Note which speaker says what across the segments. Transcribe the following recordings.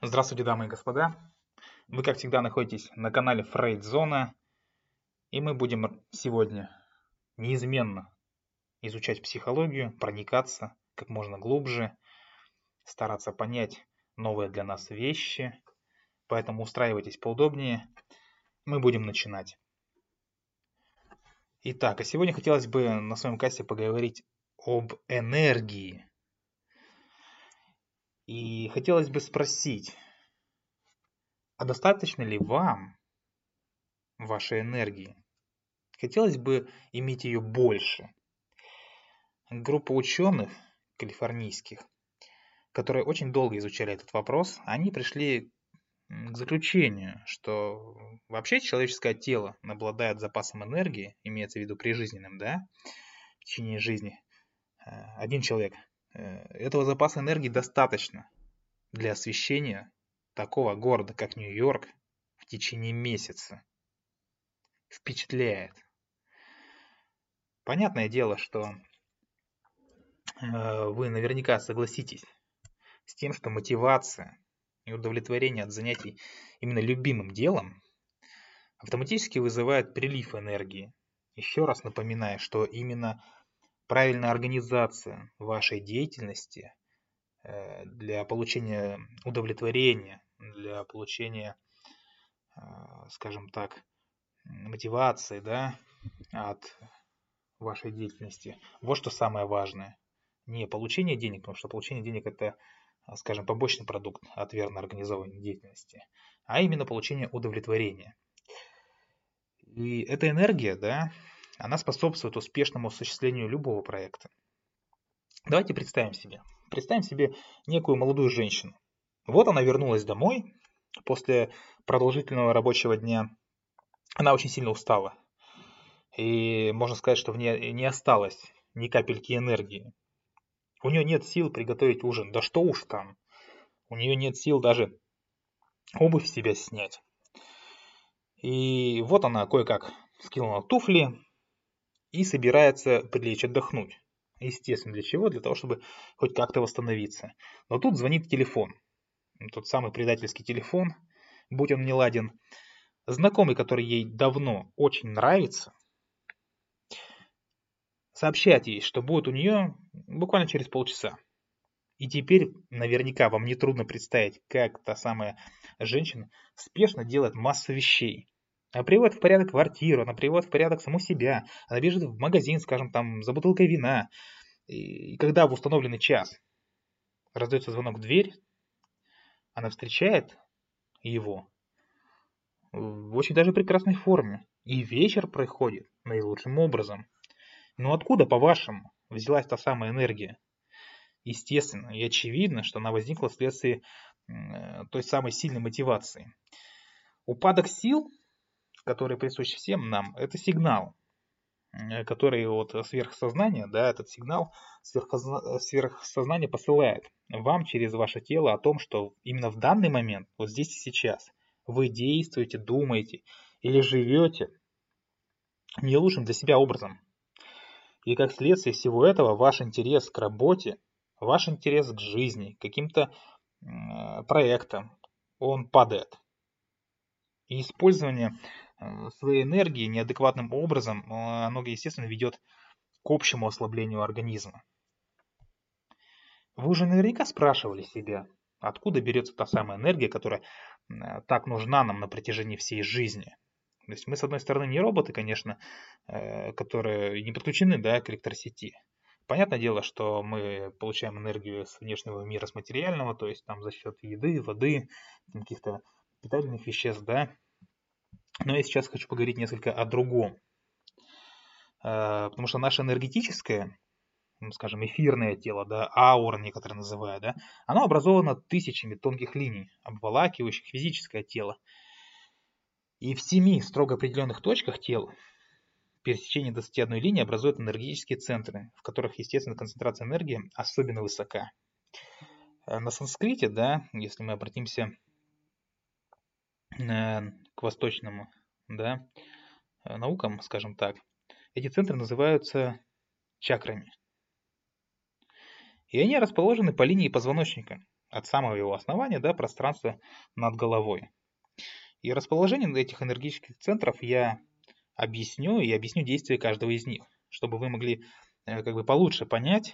Speaker 1: Здравствуйте, дамы и господа. Вы, как всегда, находитесь на канале Фрейд-зона, и мы будем сегодня неизменно изучать психологию, проникаться как можно глубже, стараться понять новые для нас вещи. Поэтому устраивайтесь поудобнее. Мы будем начинать. Итак, сегодня хотелось бы на своем касте поговорить об энергии. И хотелось бы спросить, а достаточно ли вам вашей энергии? Хотелось бы иметь ее больше. Группа ученых калифорнийских, которые очень долго изучали этот вопрос, они пришли к заключению, что вообще человеческое тело обладает запасом энергии, имеется в виду прижизненным, да, в течение жизни. Один человек, этого запаса энергии достаточно для освещения такого города, как Нью-Йорк, в течение месяца. Впечатляет. Понятное дело, что вы наверняка согласитесь с тем, что мотивация и удовлетворение от занятий именно любимым делом автоматически вызывает прилив энергии. Еще раз напоминаю, что именно правильная организация вашей деятельности для получения удовлетворения, для получения, скажем так, мотивации, да, от вашей деятельности. Вот что самое важное. Не получение денег, потому что получение денег это, скажем, побочный продукт от верно организованной деятельности, а именно получение удовлетворения. И эта энергия, да, она способствует успешному осуществлению любого проекта. Давайте представим себе некую молодую женщину. Вот она вернулась домой после продолжительного рабочего дня. Она очень сильно устала. И можно сказать, что в ней не осталось ни капельки энергии. У нее нет сил приготовить ужин. Да что уж там. У нее нет сил даже обувь с себя снять. И вот она кое-как скинула туфли и собирается прилечь отдохнуть. Естественно, для чего? Для того, чтобы хоть как-то восстановиться. Но тут звонит телефон. Тот самый предательский телефон, будь он не ладен. Знакомый, который ей давно очень нравится, сообщает ей, что будет у нее буквально через полчаса. И теперь наверняка вам нетрудно представить, как та самая женщина спешно делает массу вещей. Она приводит в порядок квартиру, она приводит в порядок саму себя, она бежит в магазин, скажем, там, за бутылкой вина. И когда в установленный час раздается звонок в дверь, она встречает его в очень даже прекрасной форме. И вечер проходит наилучшим образом. Но откуда, по-вашему, взялась та самая энергия? Естественно и очевидно, что она возникла вследствие той самой сильной мотивации. Упадок сил, который присущ всем нам, это сигнал, который от сверхсознания, да, этот сигнал сверхсознание посылает вам через ваше тело о том, что именно в данный момент, вот здесь и сейчас, вы действуете, думаете или живете не лучшим для себя образом. И как следствие всего этого ваш интерес к работе, ваш интерес к жизни, к каким-то проектам, он падает. И использование своей энергии неадекватным образом, оно, естественно, ведет к общему ослаблению организма. Вы уже наверняка спрашивали себя, откуда берется та самая энергия, которая так нужна нам на протяжении всей жизни. То есть мы, с одной стороны, не роботы, конечно, которые не подключены, да, к электросети. Понятное дело, что мы получаем энергию с внешнего мира, с материального, то есть там за счет еды, воды, каких-то питательных веществ, да. Но я сейчас хочу поговорить несколько о другом. Потому что наше энергетическое, скажем, эфирное тело, да, аура некоторые называют, да, оно образовано тысячами тонких линий, обволакивающих физическое тело. И в 7 строго определенных точках тела пересечение 21 линии образует энергетические центры, в которых, естественно, концентрация энергии особенно высока. На санскрите, да, если мы обратимся к восточному, да, наукам, скажем так, эти центры называются чакрами. И они расположены по линии позвоночника, от самого его основания до пространства над головой. И расположение этих энергетических центров я объясню и объясню действия каждого из них, чтобы вы могли как бы получше понять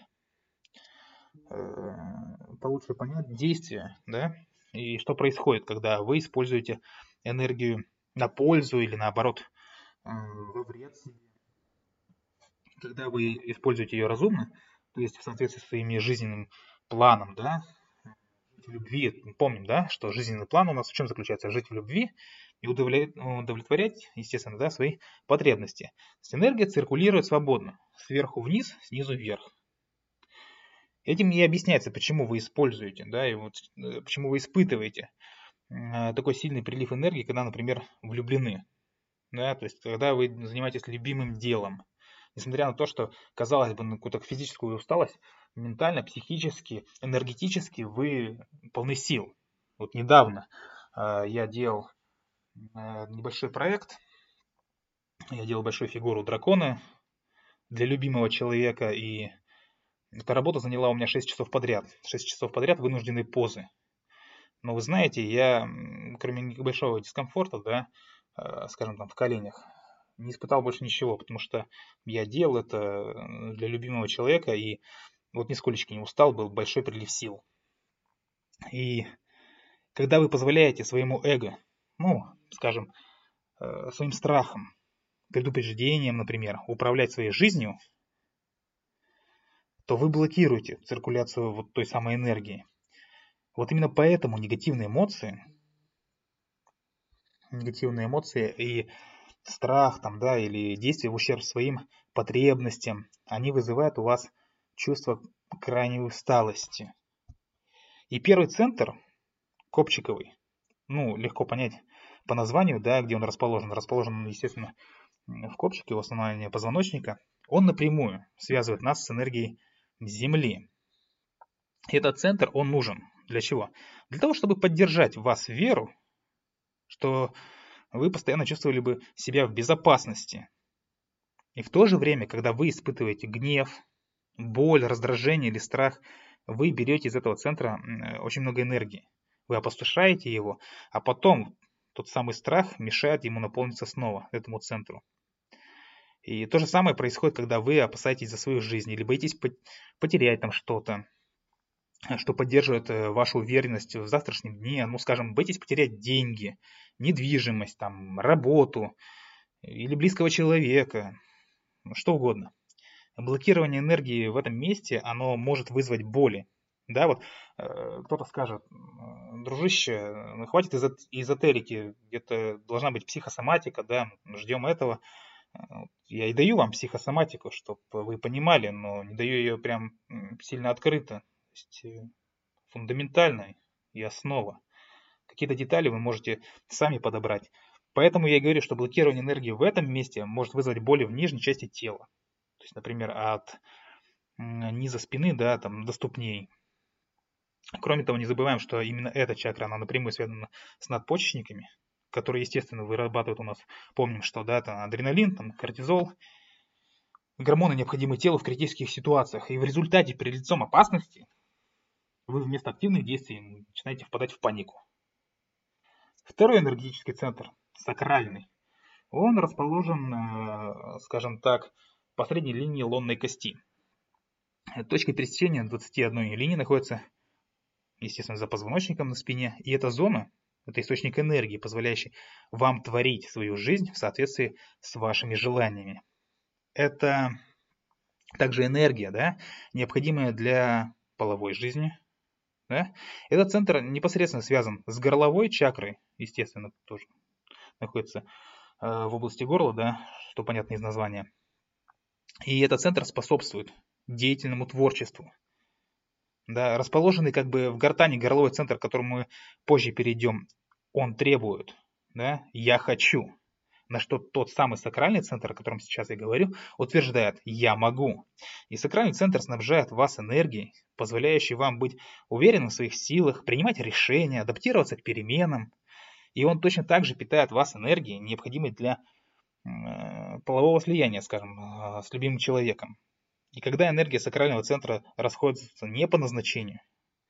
Speaker 1: действия, да, и что происходит, когда вы используете энергию на пользу или наоборот во вред себе. Когда вы используете ее разумно, то есть в соответствии с своим жизненным планом, да, жить в любви, помним, да, что жизненный план у нас в чем заключается? Жить в любви и удовлетворять, естественно, да, свои потребности. То есть энергия циркулирует свободно, сверху вниз, снизу вверх. Этим и объясняется, почему вы используете, да, и вот почему вы испытываете такой сильный прилив энергии, когда, например, влюблены, да, то есть когда вы занимаетесь любимым делом, несмотря на то, что, казалось бы, на какую-то физическую усталость, ментально, психически, энергетически вы полны сил. Вот недавно я делал небольшой проект, я делал большую фигуру дракона для любимого человека, и эта работа заняла у меня 6 часов подряд. 6 часов подряд вынужденной позы. Но вы знаете, я, кроме небольшого дискомфорта, да, скажем там, в коленях, не испытал больше ничего, потому что я делал это для любимого человека, и вот нисколечко не устал, был большой прилив сил. И когда вы позволяете своему эго, ну, скажем, своим страхом, предупреждением, например, управлять своей жизнью, то вы блокируете циркуляцию вот той самой энергии. Вот именно поэтому негативные эмоции и страх там, да, или действия в ущерб своим потребностям, они вызывают у вас чувство крайней усталости. И первый центр, копчиковый, ну, легко понять по названию, да, где он расположен. Расположен он, естественно, в копчике, в основании позвоночника. Он напрямую связывает нас с энергией Земли. Этот центр, он нужен. Для чего? Для того, чтобы поддержать в вас веру, что вы постоянно чувствовали бы себя в безопасности. И в то же время, когда вы испытываете гнев, боль, раздражение или страх, вы берете из этого центра очень много энергии. Вы опустошаете его, а потом тот самый страх мешает ему наполниться снова, этому центру. И то же самое происходит, когда вы опасаетесь за свою жизнь или боитесь потерять там что-то, что поддерживает вашу уверенность в завтрашнем дне. Ну, скажем, боитесь потерять деньги, недвижимость, там, работу или близкого человека, что угодно. Блокирование энергии в этом месте, оно может вызвать боли. Да, вот кто-то скажет, дружище, хватит эзотерики, где-то должна быть психосоматика, да, ждем этого. Я и даю вам психосоматику, чтобы вы понимали, но не даю ее прям сильно открыто. То есть фундаментальная и основа. Какие-то детали вы можете сами подобрать. Поэтому я и говорю, что блокирование энергии в этом месте может вызвать боли в нижней части тела. То есть, например, от низа спины, да, там, до ступней. Кроме того, не забываем, что именно эта чакра, она напрямую связана с надпочечниками, которые, естественно, вырабатывают у нас, помним, что, да, там адреналин, там, кортизол, гормоны, необходимые телу в критических ситуациях. И в результате, перед лицом опасности, вы вместо активных действий начинаете впадать в панику. Второй энергетический центр, сакральный, он расположен, скажем так, по средней линии лонной кости. Точкой пересечения 21 линии находится, естественно, за позвоночником на спине. И эта зона, это источник энергии, позволяющий вам творить свою жизнь в соответствии с вашими желаниями. Это также энергия, да, необходимая для половой жизни. Да? Этот центр непосредственно связан с горловой чакрой, естественно, тоже находится в области горла, да, что понятно из названия. И этот центр способствует деятельному творчеству. Да, расположенный как бы в гортани горловой центр, к которому мы позже перейдем, он требует, да, «я хочу», на что тот самый сакральный центр, о котором сейчас я говорю, утверждает «я могу». И сакральный центр снабжает вас энергией, позволяющей вам быть уверенным в своих силах, принимать решения, адаптироваться к переменам. И он точно так же питает вас энергией, необходимой для полового слияния, скажем, с любимым человеком. И когда энергия сакрального центра расходится не по назначению,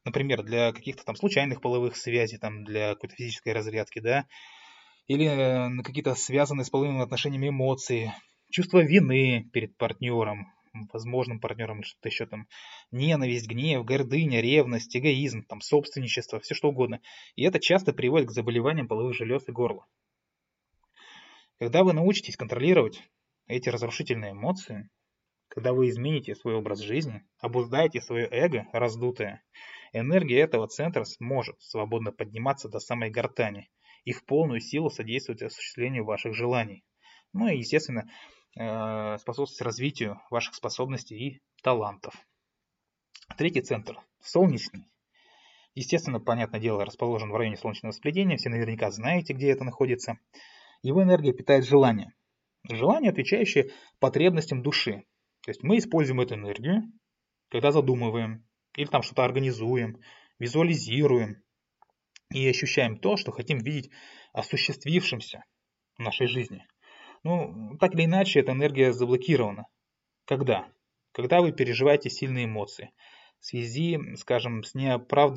Speaker 1: например, для каких-то там случайных половых связей, там, для какой-то физической разрядки, да, или на какие-то связанные с половыми отношениями эмоции, чувство вины перед партнером, возможным партнером или что-то еще там, ненависть, гнев, гордыня, ревность, эгоизм, там, собственничество, все что угодно. И это часто приводит к заболеваниям половых желез и горла. Когда вы научитесь контролировать эти разрушительные эмоции, когда вы измените свой образ жизни, обуздаете свое эго раздутое, энергия этого центра сможет свободно подниматься до самой гортани и в полную силу содействовать осуществлению ваших желаний. Ну и, естественно, способствовать развитию ваших способностей и талантов. Третий центр – солнечный. Естественно, понятное дело, расположен в районе солнечного сплетения. Все наверняка знаете, где это находится. Его энергия питает желание. Желание, отвечающее потребностям души. То есть мы используем эту энергию, когда задумываем, или там что-то организуем, визуализируем и ощущаем то, что хотим видеть осуществившимся в нашей жизни. Ну, так или иначе, эта энергия заблокирована. Когда? Когда вы переживаете сильные эмоции в связи, скажем, с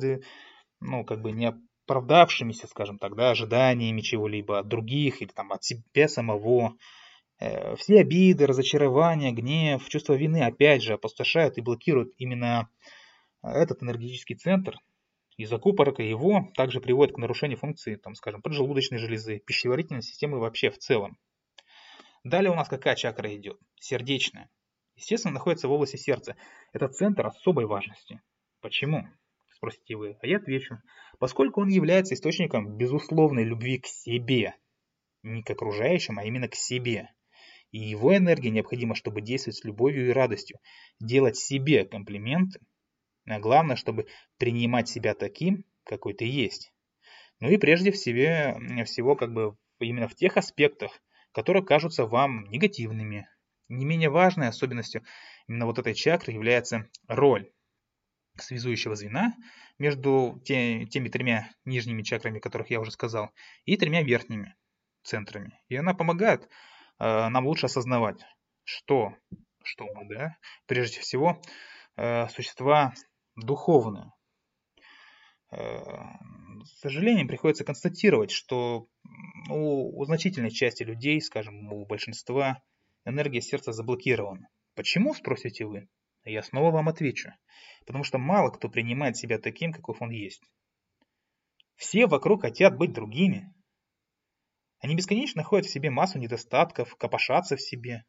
Speaker 1: неоправдавшимися, скажем так, да, ожиданиями чего-либо от других или там от себя самого. Все обиды, разочарования, гнев, чувство вины опять же опустошают и блокируют именно этот энергетический центр. И закупорка его также приводит к нарушению функции, там, скажем, поджелудочной железы, пищеварительной системы вообще в целом. Далее у нас какая чакра идет? Сердечная. Естественно, находится в области сердца. Это центр особой важности. Почему? Спросите вы. А я отвечу. Поскольку он является источником безусловной любви к себе. Не к окружающим, а именно к себе. И его энергия необходима, чтобы действовать с любовью и радостью. Делать себе комплименты. А главное, чтобы принимать себя таким, какой ты есть. Ну и прежде всего именно в тех аспектах, которые кажутся вам негативными. Не менее важной особенностью именно вот этой чакры является роль связующего звена между теми тремя нижними чакрами, о которых я уже сказал, и тремя верхними центрами. И она помогает нам лучше осознавать, что мы, да, прежде всего, существа духовные. С сожалением приходится констатировать, что у значительной части людей, скажем, у большинства, энергия сердца заблокирована. Почему, спросите вы? Я снова вам отвечу. Потому что мало кто принимает себя таким, каков он есть. Все вокруг хотят быть другими. Они бесконечно находят в себе массу недостатков, копошатся в себе,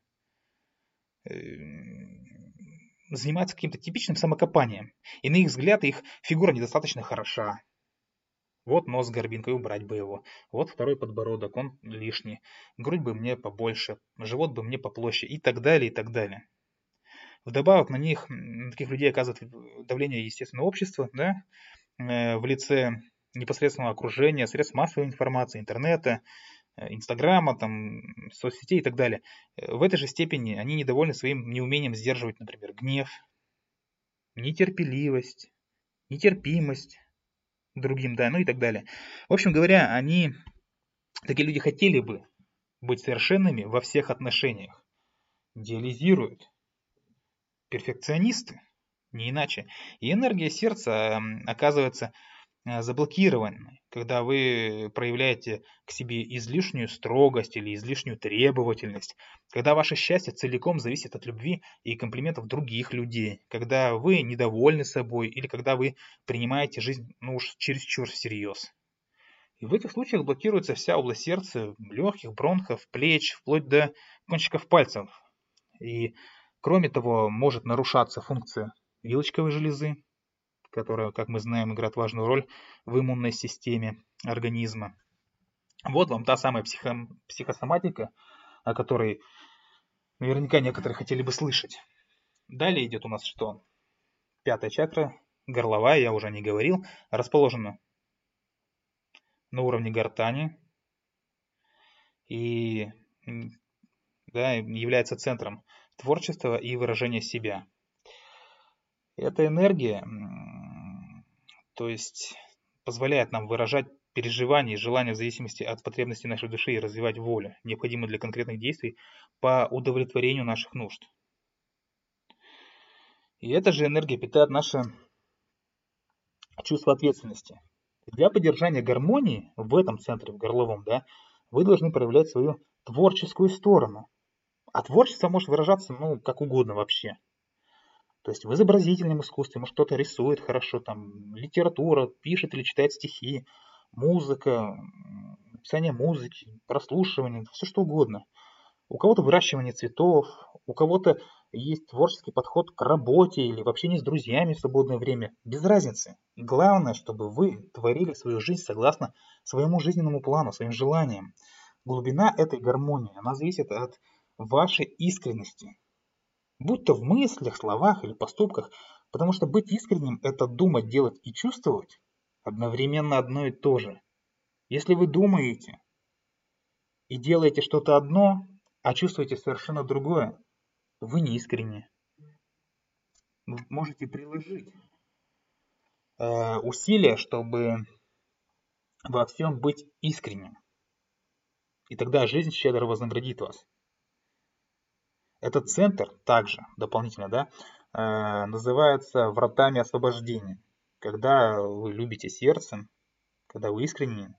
Speaker 1: занимаются каким-то типичным самокопанием. И на их взгляд их фигура недостаточно хороша. Вот нос с горбинкой, убрать бы его. Вот второй подбородок, он лишний. Грудь бы мне побольше, живот бы мне поплоще и так далее, и так далее. Вдобавок на таких людей оказывает давление, естественно, общества, да, в лице непосредственного окружения, средств массовой информации, интернета, Инстаграма, там, соцсетей и так далее. В этой же степени они недовольны своим неумением сдерживать, например, гнев, нетерпеливость, нетерпимость другим, да, ну и так далее. В общем говоря, такие люди хотели бы быть совершенными во всех отношениях. Идеализируют. Перфекционисты, не иначе. И энергия сердца оказывается заблокированной, когда вы проявляете к себе излишнюю строгость или излишнюю требовательность, когда ваше счастье целиком зависит от любви и комплиментов других людей, когда вы недовольны собой или когда вы принимаете жизнь уж чересчур всерьез. И в этих случаях блокируется вся область сердца, легких, бронхов, плеч, вплоть до кончиков пальцев. И кроме того, может нарушаться функция вилочковой железы, которая, как мы знаем, играет важную роль в иммунной системе организма. Вот вам та самая психосоматика, о которой наверняка некоторые хотели бы слышать. Далее идет у нас что? Пятая чакра, горловая, я уже не говорил, расположена на уровне гортани и является центром творчества и выражения себя. Эта энергия, то есть, позволяет нам выражать переживания и желания в зависимости от потребностей нашей души и развивать волю, необходимую для конкретных действий по удовлетворению наших нужд. И эта же энергия питает наше чувство ответственности. Для поддержания гармонии в этом центре, в горловом, да, вы должны проявлять свою творческую сторону. А творчество может выражаться, как угодно вообще. То есть в изобразительном искусстве, может, кто-то рисует хорошо, там, литература, пишет или читает стихи, музыка, написание музыки, прослушивание, все что угодно. У кого-то выращивание цветов, у кого-то есть творческий подход к работе или в общении с друзьями в свободное время. Без разницы. Главное, чтобы вы творили свою жизнь согласно своему жизненному плану, своим желаниям. Глубина этой гармонии, она зависит от вашей искренности. Будь то в мыслях, словах или поступках. Потому что быть искренним – это думать, делать и чувствовать одновременно одно и то же. Если вы думаете и делаете что-то одно, а чувствуете совершенно другое, вы не искренне. Вы можете приложить усилия, чтобы во всем быть искренним. И тогда жизнь щедро вознаградит вас. Этот центр также, дополнительно, называется вратами освобождения. Когда вы любите сердцем, когда вы искренне,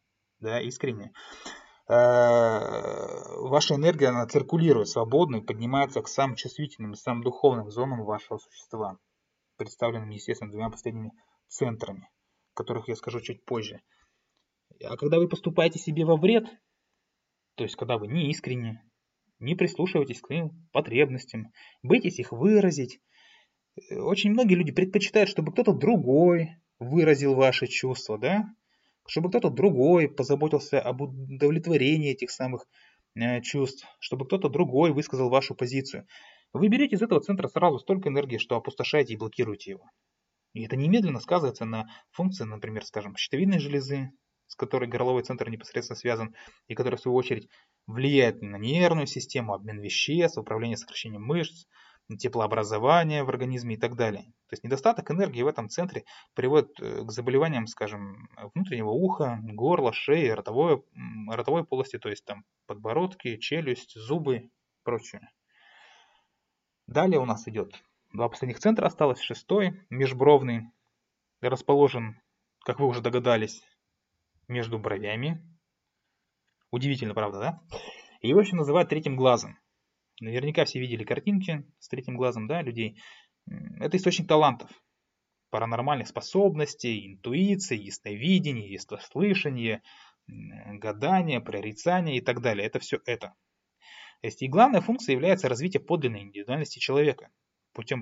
Speaker 1: ваша энергия, она циркулирует свободно и поднимается к самым чувствительным и самым духовным зонам вашего существа, представленным, естественно, двумя последними центрами, о которых я скажу чуть позже. А когда вы поступаете себе во вред, то есть когда вы не искренне, не прислушиваетесь к своим потребностям, боитесь их выразить, очень многие люди предпочитают, чтобы кто-то другой выразил ваши чувства, чтобы кто-то другой позаботился об удовлетворении этих самых чувств, чтобы кто-то другой высказал вашу позицию. Вы берете из этого центра сразу столько энергии, что опустошаете и блокируете его. И это немедленно сказывается на функции, например, скажем, щитовидной железы, с которой горловой центр непосредственно связан, и который, в свою очередь, влияет на нервную систему, обмен веществ, управление сокращением мышц, теплообразование в организме и так далее. То есть недостаток энергии в этом центре приводит к заболеваниям, скажем, внутреннего уха, горла, шеи, ротовой полости, то есть там подбородки, челюсть, зубы и прочее. Далее у нас идет два последних центра осталось. Шестой, межбровный, расположен, как вы уже догадались, между бровями. Удивительно, правда, да? Его еще называют третьим глазом. Наверняка все видели картинки с третьим глазом, людей. Это источник талантов, паранормальных способностей, интуиции, ясновидения, яснослышания, гадания, прорицания и так далее. Это все это. То есть и главная функция является развитие подлинной индивидуальности человека путем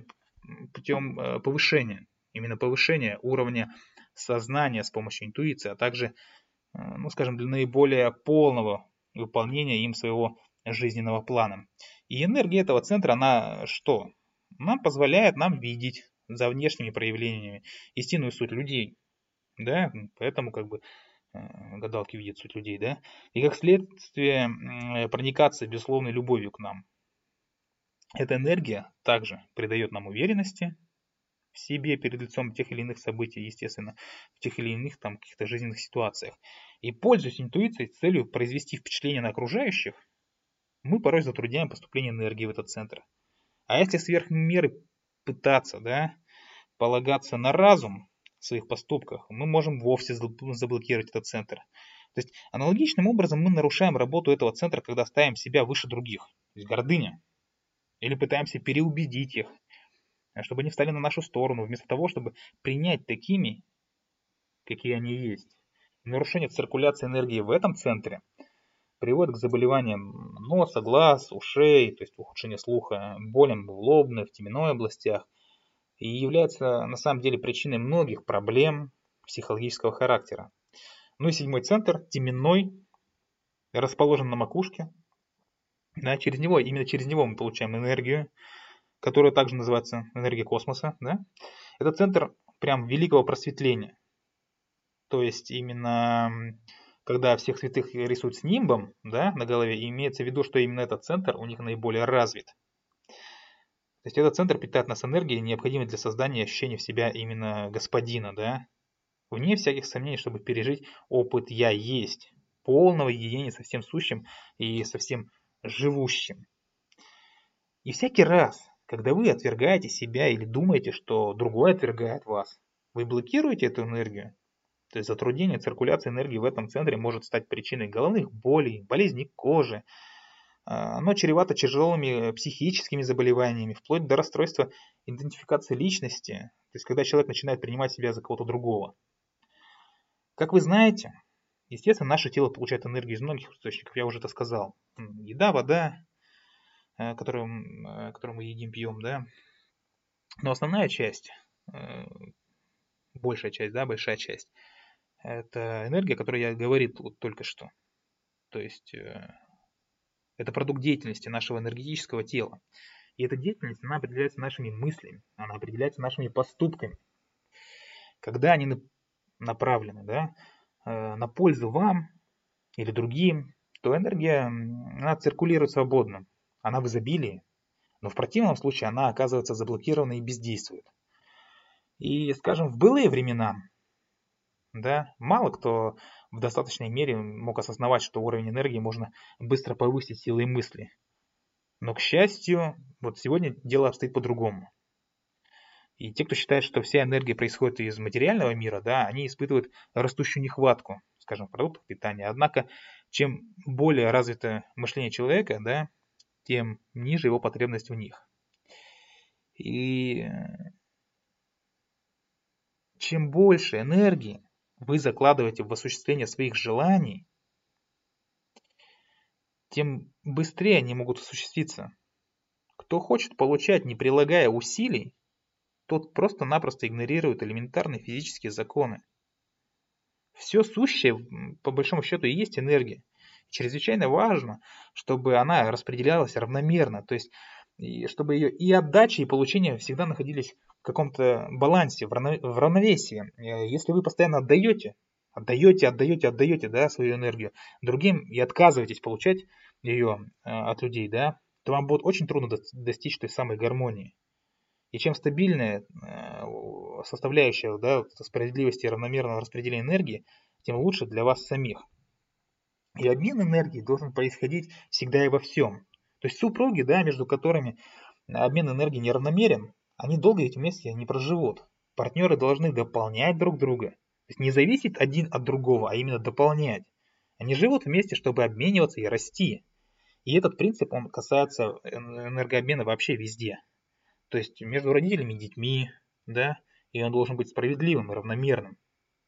Speaker 1: повышения, именно повышения уровня сознания с помощью интуиции, а также, скажем, для наиболее полного выполнения им своего жизненного плана. И энергия этого центра, она что? Она позволяет нам видеть за внешними проявлениями истинную суть людей. Поэтому гадалки видят суть людей, и как следствие проникаться безусловной любовью к нам. Эта энергия также придает нам уверенности в себе перед лицом тех или иных событий, естественно, в тех или иных каких-то жизненных ситуациях. И пользуясь интуицией с целью произвести впечатление на окружающих, мы порой затрудняем поступление энергии в этот центр. А если сверх меры пытаться, полагаться на разум в своих поступках, мы можем вовсе заблокировать этот центр. То есть аналогичным образом мы нарушаем работу этого центра, когда ставим себя выше других. То есть гордыня. Или пытаемся переубедить их, чтобы они встали на нашу сторону, вместо того, чтобы принять такими, какие они есть. Нарушение циркуляции энергии в этом центре приводит к заболеваниям носа, глаз, ушей, то есть ухудшение слуха, болям в лобной, в теменной областях, и является на самом деле причиной многих проблем психологического характера. И седьмой центр, теменной, расположен на макушке. Именно через него мы получаем энергию, которая также называется энергия космоса. Это центр прям великого просветления. То есть именно когда всех святых рисуют с нимбом на голове, имеется в виду, что именно этот центр у них наиболее развит. То есть этот центр питает нас энергией, необходимой для создания ощущения в себя именно господина, вне всяких сомнений, чтобы пережить опыт «я есть», полного единения со всем сущим и со всем живущим. И всякий раз, когда вы отвергаете себя или думаете, что другой отвергает вас, вы блокируете эту энергию, то есть затруднение циркуляции энергии в этом центре может стать причиной головных болей, болезней кожи. Оно чревато тяжелыми психическими заболеваниями, вплоть до расстройства идентификации личности, то есть когда человек начинает принимать себя за кого-то другого. Как вы знаете, естественно, наше тело получает энергию из многих источников, я уже это сказал. Еда, вода, которую мы едим, пьем, да. Но основная часть, большая часть, это энергия, о которой я говорил вот только что. То есть это продукт деятельности нашего энергетического тела. И эта деятельность, она определяется нашими мыслями, она определяется нашими поступками. Когда они направлены, да, на пользу вам или другим, то энергия, она циркулирует свободно, она в изобилии. Но в противном случае она оказывается заблокированной и бездействует. И, скажем, в былые времена, да, мало кто в достаточной мере мог осознавать, что уровень энергии можно быстро повысить силой мысли. Но, к счастью, вот сегодня дело обстоит по-другому. И те, кто считает, что вся энергия происходит из материального мира, да, они испытывают растущую нехватку, скажем, в продуктах питания. Однако, чем более развито мышление человека, да, тем ниже его потребность в них. И чем больше энергии вы закладываете в осуществление своих желаний, тем быстрее они могут осуществиться. Кто хочет получать, не прилагая усилий, тот просто-напросто игнорирует элементарные физические законы. Все сущее, по большому счету, и есть энергия. Чрезвычайно важно, чтобы она распределялась равномерно, то есть чтобы ее и отдача, и получение всегда находились в каком-то балансе, в равновесии. Если вы постоянно отдаете, да, свою энергию другим и отказываетесь получать ее от людей, да, то вам будет очень трудно достичь той самой гармонии. И чем стабильная составляющая, да, справедливости и равномерного распределения энергии, тем лучше для вас самих. И обмен энергией должен происходить всегда и во всем. То есть супруги, да, между которыми обмен энергией неравномерен, они долго ведь вместе не проживут. Партнеры должны дополнять друг друга. То есть не зависеть один от другого, а именно дополнять. Они живут вместе, чтобы обмениваться и расти. И этот принцип, он касается энергообмена вообще везде. То есть между родителями и детьми, да, и он должен быть справедливым и равномерным.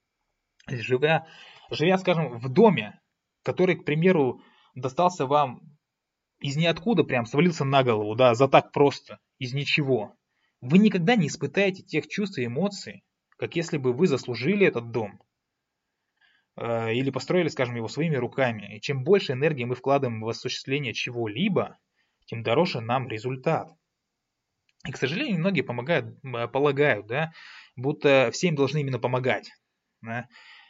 Speaker 1: Живя, скажем, в доме, который, к примеру, достался вам из ниоткуда, прям свалился на голову, да, за так просто, из ничего, вы никогда не испытаете тех чувств и эмоций, как если бы вы заслужили этот дом или построили, скажем, его своими руками. И чем больше энергии мы вкладываем в осуществление чего-либо, тем дороже нам результат. И, к сожалению, многие полагают, да, будто все им должны именно помогать. Да,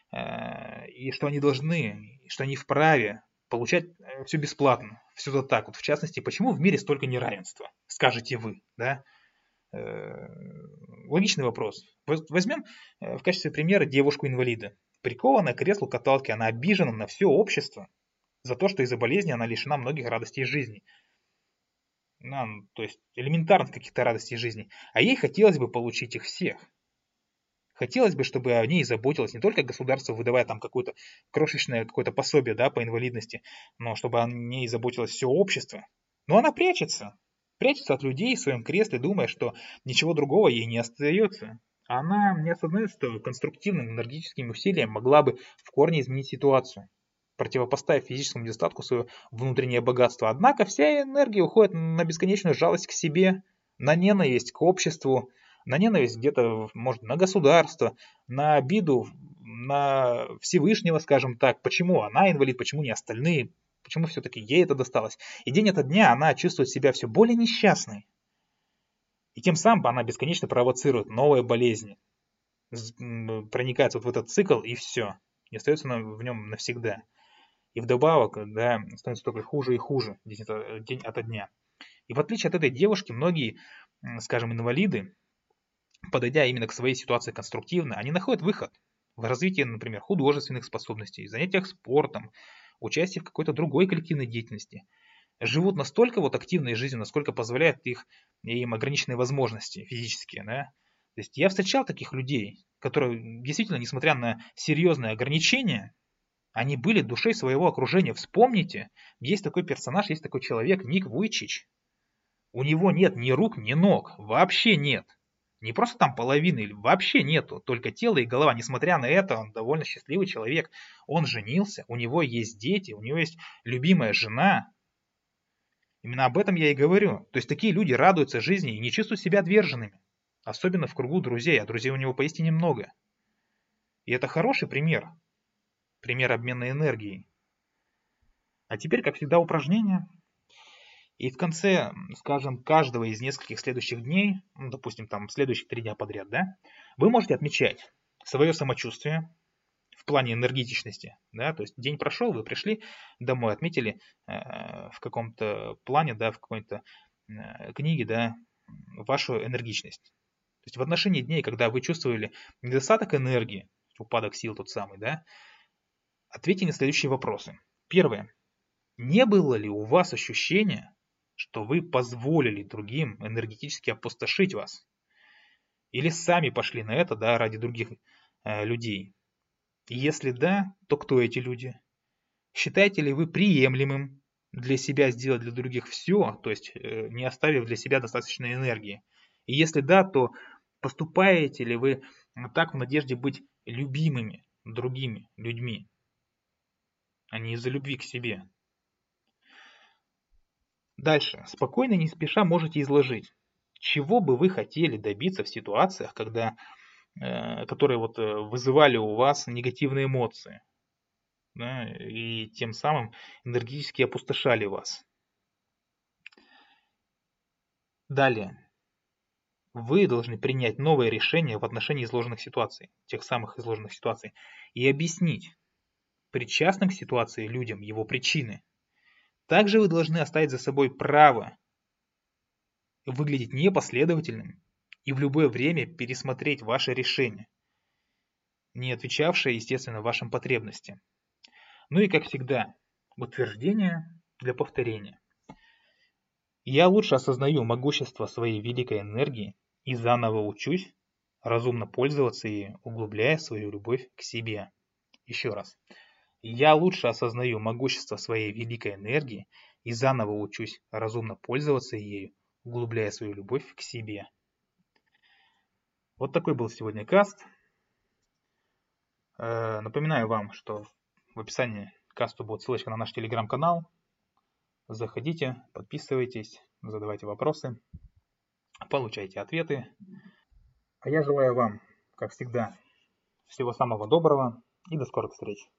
Speaker 1: и что они должны, что они вправе получать все бесплатно. Все за так. Вот в частности, почему в мире столько неравенства, скажете вы. Да? Логичный вопрос. Возьмем в качестве примера девушку-инвалида. Прикованная к креслу каталки, она обижена на все общество за то, что из-за болезни она лишена многих радостей жизни. То есть элементарных каких-то радостей жизни. А ей хотелось бы получить их всех. Хотелось бы, чтобы о ней заботилось не только государство, выдавая там какое-то крошечное какое-то пособие, да, по инвалидности, но чтобы о ней заботилось все общество. Но она прячется от людей в своем кресле, думая, что ничего другого ей не остается. Она не осознает, что конструктивным энергетическим усилием могла бы в корне изменить ситуацию, противопоставив физическому недостатку свое внутреннее богатство. Однако вся энергия уходит на бесконечную жалость к себе, на ненависть к обществу, на ненависть где-то, может, на государство, на обиду на Всевышнего, скажем так. Почему она инвалид, почему не остальные, почему все-таки ей это досталось. И день ото дня она чувствует себя все более несчастной. И тем самым она бесконечно провоцирует новые болезни. Проникается вот в этот цикл и все. И остается в нем навсегда. И вдобавок, да, становится только хуже и хуже день ото дня. И в отличие от этой девушки, многие, скажем, инвалиды, подойдя именно к своей ситуации конструктивно, они находят выход в развитии, например, художественных способностей, занятиях спортом, участии в какой-то другой коллективной деятельности. Живут настолько вот активной жизнью, насколько позволяют им ограниченные возможности физические, да? То есть я встречал таких людей, которые действительно, несмотря на серьезные ограничения, они были душой своего окружения. Вспомните, есть такой персонаж, есть такой человек, Ник Вуйчич. У него нет ни рук, ни ног, вообще нет. Не просто там половины, вообще нету, только тело и голова. Несмотря на это, он довольно счастливый человек. Он женился, у него есть дети, у него есть любимая жена. Именно об этом я и говорю. То есть такие люди радуются жизни и не чувствуют себя отверженными. Особенно в кругу друзей, а друзей у него поистине много. И это хороший пример. Пример обмена энергией. А теперь, как всегда, упражнение. И в конце, скажем, каждого из нескольких следующих дней, ну, допустим, там следующие 3 дня подряд, да, вы можете отмечать свое самочувствие в плане энергетичности, да, то есть день прошел, вы пришли домой, отметили в каком-то плане, да, в какой-то книге, да, вашу энергичность. То есть в отношении дней, когда вы чувствовали недостаток энергии, упадок сил тот самый, да, ответьте на следующие вопросы. Первое. Не было ли у вас ощущения, что вы позволили другим энергетически опустошить вас? Или сами пошли на это, да, ради других людей? И если да, то кто эти люди? Считаете ли вы приемлемым для себя сделать для других все, то есть не оставив для себя достаточной энергии? И если да, то поступаете ли вы так в надежде быть любимыми другими людьми, а не из-за любви к себе? Дальше. Спокойно, не спеша можете изложить, чего бы вы хотели добиться в ситуациях, которые вызывали у вас негативные эмоции, да, и тем самым энергетически опустошали вас. Далее. Вы должны принять новое решение в отношении изложенных ситуаций, тех самых изложенных ситуаций, и объяснить причастным к ситуации людям его причины. Также вы должны оставить за собой право выглядеть непоследовательным и в любое время пересмотреть ваше решение, не отвечавшее, естественно, вашим потребностям. Ну и, как всегда, утверждение для повторения. Я лучше осознаю могущество своей великой энергии и заново учусь разумно пользоваться ею, углубляя свою любовь к себе. Еще раз. Я лучше осознаю могущество своей великой энергии и заново учусь разумно пользоваться ею, углубляя свою любовь к себе. Вот такой был сегодня каст. Напоминаю вам, что в описании к касту будет ссылочка на наш телеграм-канал. Заходите, подписывайтесь, задавайте вопросы, получайте ответы. А я желаю вам, как всегда, всего самого доброго и до скорых встреч.